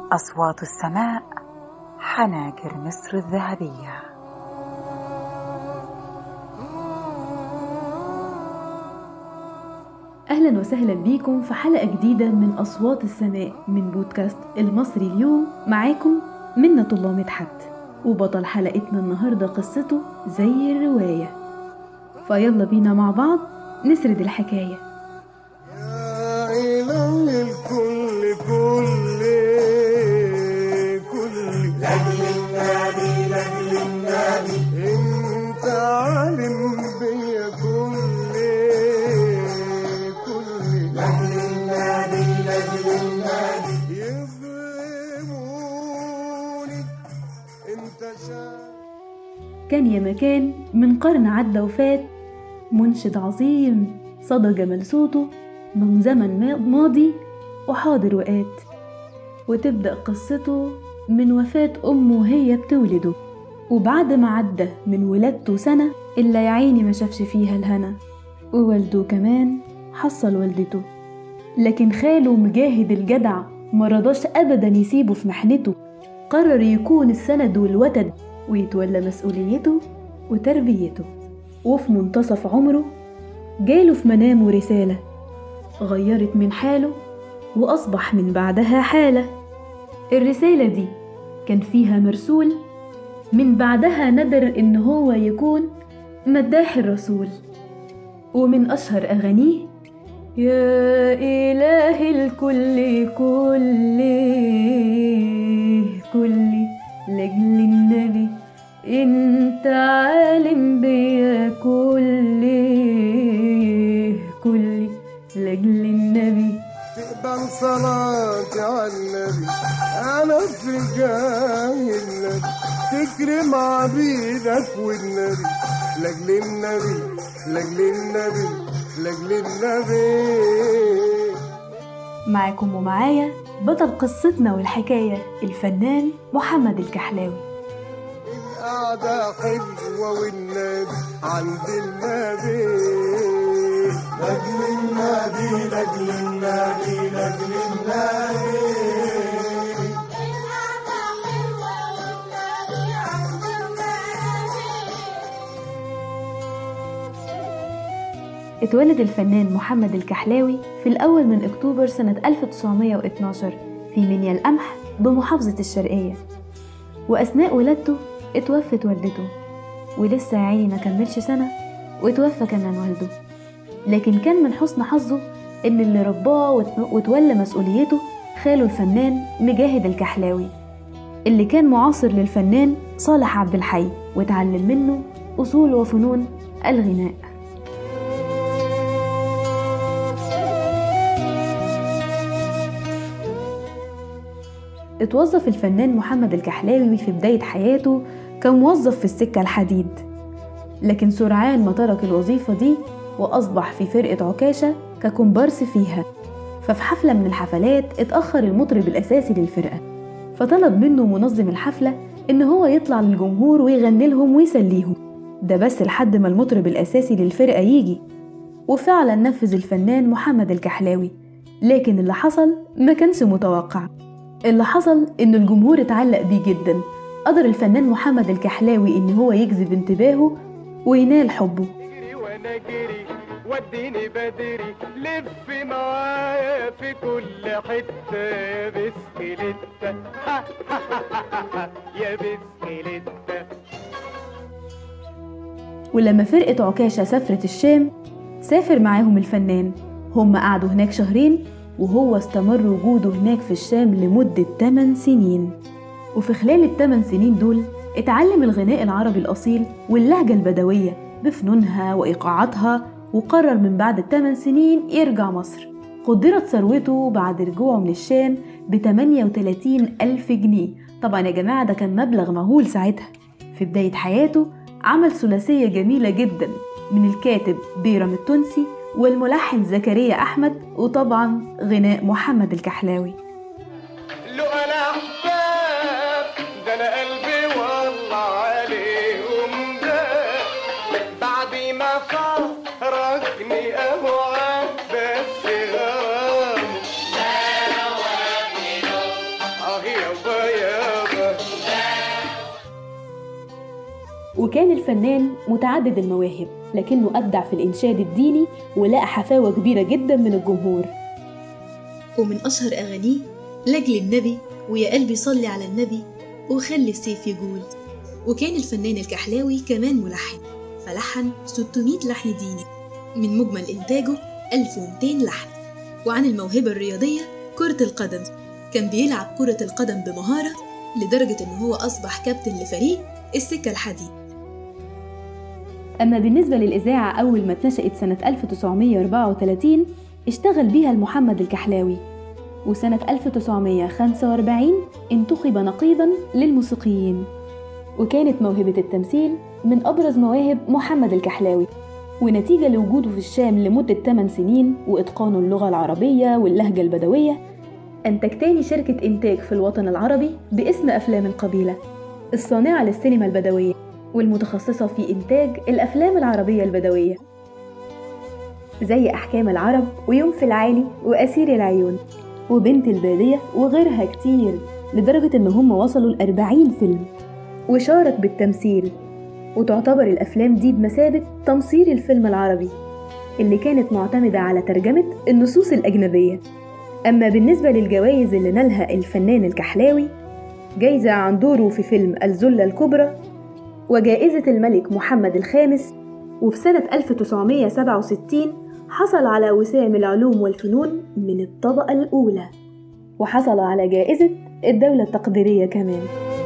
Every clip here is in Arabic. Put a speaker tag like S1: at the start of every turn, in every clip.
S1: أصوات السماء، حناجر مصر الذهبية.
S2: أهلا وسهلا بيكم في حلقة جديدة من أصوات السماء من بودكاست المصري اليوم. معاكم منة الله مدحت، وبطل حلقتنا النهاردة قصته زي الرواية. فيلا بينا مع بعض نسرد الحكاية.
S3: يا إله الكل كل لأجل النبي لأجل النبي انت عالم بيا كل لأجل النبي لأجل النبي يظلموني انت
S2: كان يا مكان من قرن عدى وفات منشد عظيم صدى جمال صوته من زمن ماضي وحاضر وآت، وتبدأ قصته من وفاة أمه وهي بتولده، وبعد ما عدى من ولادته سنة إلا يعيني ما شافش فيها الهنا، ووالده كمان حصل والدته. لكن خاله مجاهد الجدع مرضاش أبدا يسيبه في محنته، قرر يكون السند والوتد ويتولى مسؤوليته وتربيته. وفي منتصف عمره جاله في منامه رسالة غيرت من حاله وأصبح من بعدها حالة. الرسالة دي كان فيها مرسول من بعدها ندر إن هو يكون مداح الرسول. ومن أشهر أغانيه يا إله الكل كل لأجل النبي انت عالم بيا كل لأجل النبي.
S3: تقبل صلاتي على النبي أنا في جاه النبي تكرم عبيدك والنبي لأجل النبي لأجل النبي لأجل النبي.
S2: معاكم ومعايا بطل قصتنا والحكاية الفنان محمد الكحلاوي.
S3: القعدة حلوة والنبي عند النبي لأجل النبي لأجل النبي لأجل النبي.
S4: القعدة حلوة والنبي عند النبي.
S2: اتولد الفنان محمد الكحلاوي في الأول من أكتوبر سنة 1912 في منيا القمح بمحافظة الشرقية، وأثناء ولادته اتوفت والدته، ولسه عيني ما كملش سنة واتوفى كمان والده. لكن كان من حسن حظه إن اللي رباه وتولى مسؤوليته خاله الفنان مجاهد الكحلاوي، اللي كان معاصر للفنان صالح عبد الحي وتعلم منه أصول وفنون الغناء. اتوظف الفنان محمد الكحلاوي في بداية حياته كموظف في السكة الحديد، لكن سرعان ما ترك الوظيفة دي وأصبح في فرقة عكاشة ككومبارس فيها. ففي حفلة من الحفلات اتأخر المطرب الأساسي للفرقة، فطلب منه منظم الحفلة إن هو يطلع للجمهور ويغني لهم ويسليهم، ده بس لحد ما المطرب الأساسي للفرقة يجي. وفعلا نفذ الفنان محمد الكحلاوي، لكن اللي حصل ما كانش متوقع. اللي حصل إن الجمهور اتعلق بيه جدا، قدر الفنان محمد الكحلاوي إن هو يجذب انتباهه وينال حبه.
S3: وانا جري وديني بدري لف معايا في كل حتة يا بسكليتة يا بسكليتة.
S2: ولما فرقة عكاشة سافرت الشام سافر معاهم الفنان، هم قعدوا هناك شهرين، وهو استمر وجوده هناك في الشام لمدة 8 سنين. وفي خلال ال8 سنين دول اتعلم الغناء العربي الأصيل واللهجة البدوية بفنونها وإيقاعاتها، وقرر من بعد ال8 سنين يرجع مصر. قدرت ثروته بعد رجوعه من الشام ب38,000 جنيه. طبعا يا جماعة ده كان مبلغ مهول ساعتها. في بداية حياته عمل ثلاثية جميلة جدا من الكاتب بيرم التونسي والملحن زكريا أحمد، وطبعا غناء محمد الكحلاوي.
S3: لو أنا أحباب ده أنا قلبي والله عليهم ده بعد ما فرقني أبو عباس غرام.
S2: وكان الفنان متعدد المواهب، لكنه أبدع في الإنشاد الديني ولقى حفاوة كبيرة جدا من الجمهور.
S5: ومن أشهر أغانيه لأجل النبي، ويا قلبي صلي على النبي، وخلي السيف يجول. وكان الفنان الكحلاوي كمان ملحن، فلحن 600 لحن ديني من مجمل إنتاجه 1200 لحن. وعن الموهبة الرياضية كرة القدم، كان بيلعب كرة القدم بمهارة لدرجة إنه هو أصبح كابتن لفريق السكة الحديد.
S2: أما بالنسبة للإذاعة، أول ما اتنشأت سنة 1934 اشتغل بيها محمد الكحلاوي، وسنة 1945 انتخب نقيباً للموسيقيين. وكانت موهبة التمثيل من أبرز مواهب محمد الكحلاوي، ونتيجة لوجوده في الشام لمدة 8 سنين وإتقانه اللغة العربية واللهجة البدوية، أنتج تاني شركة إنتاج في الوطن العربي باسم أفلام القبيلة، الصانعة للسينما البدوية والمتخصصة في إنتاج الأفلام العربية البدوية زي أحكام العرب ويوم في العالي وأسير العيون وبنت البادية وغيرها كتير، لدرجة إن هم وصلوا ل40 فيلم. وشارك بالتمثيل، وتعتبر الأفلام دي بمثابة تمصير الفيلم العربي اللي كانت معتمدة على ترجمة النصوص الأجنبية. أما بالنسبة للجوائز اللي نالها الفنان الكحلاوي، جايزة عن دوره في فيلم الزلة الكبرى، وجائزة الملك محمد الخامس. وفي سنة 1967 حصل على وسام العلوم والفنون من الطبقة الأولى، وحصل على جائزة الدولة التقديرية كمان.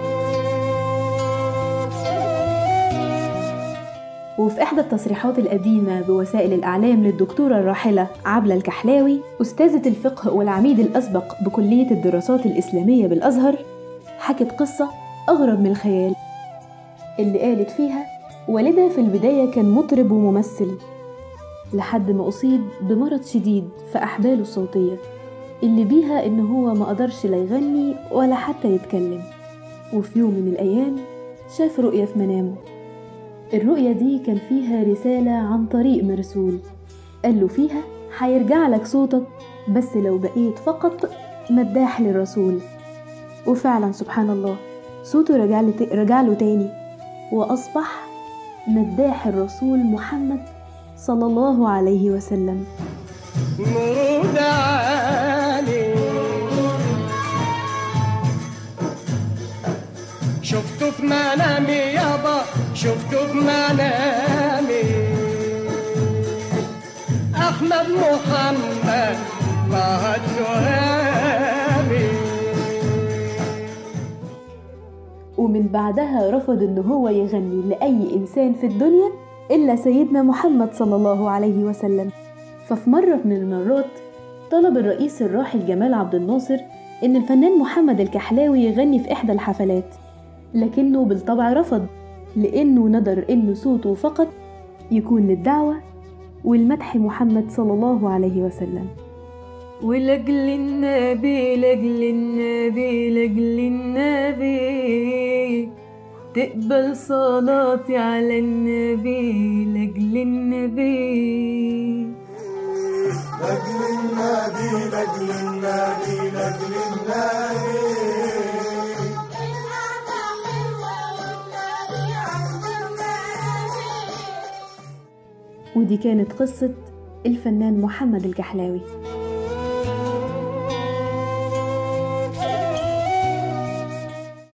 S2: وفي إحدى التصريحات القديمة بوسائل الإعلام للدكتورة الراحلة عبلة الكحلاوي، أستاذة الفقه والعميد الأسبق بكلية الدراسات الإسلامية بالأزهر، حكت قصة أغرب من الخيال، اللي قالت فيها والدها في البداية كان مطرب وممثل، لحد ما أصيب بمرض شديد في أحباله الصوتية، اللي بيها إن هو ما قدرش لا يغني ولا حتى يتكلم. وفي يوم من الأيام شاف رؤية في منامه، الرؤية دي كان فيها رسالة عن طريق مرسول، قال له فيها هيرجع لك صوتك بس لو بقيت فقط مداح للرسول. وفعلا سبحان الله صوته رجع له تاني، وأصبح مداح الرسول محمد صلى الله عليه وسلم.
S3: مرود عالي شفته في منامي يابا، شفته في منامي، أحمد محمد طه التهامي.
S2: ومن بعدها رفض إن هو يغني لأي إنسان في الدنيا إلا سيدنا محمد صلى الله عليه وسلم. ففي مرة من المرات طلب الرئيس الراحل جمال عبد الناصر إن الفنان محمد الكحلاوي يغني في إحدى الحفلات، لكنه بالطبع رفض، لأنه ندر إن صوته فقط يكون للدعوة والمدح محمد صلى الله عليه وسلم. ولأجل النبي لأجل النبي لأجل النبي تقبل صلاتي على النبي لأجل النبي
S4: لأجل النبي لأجل النبي لأجل النبي.
S2: ودي كانت قصة الفنان محمد الكحلاوي.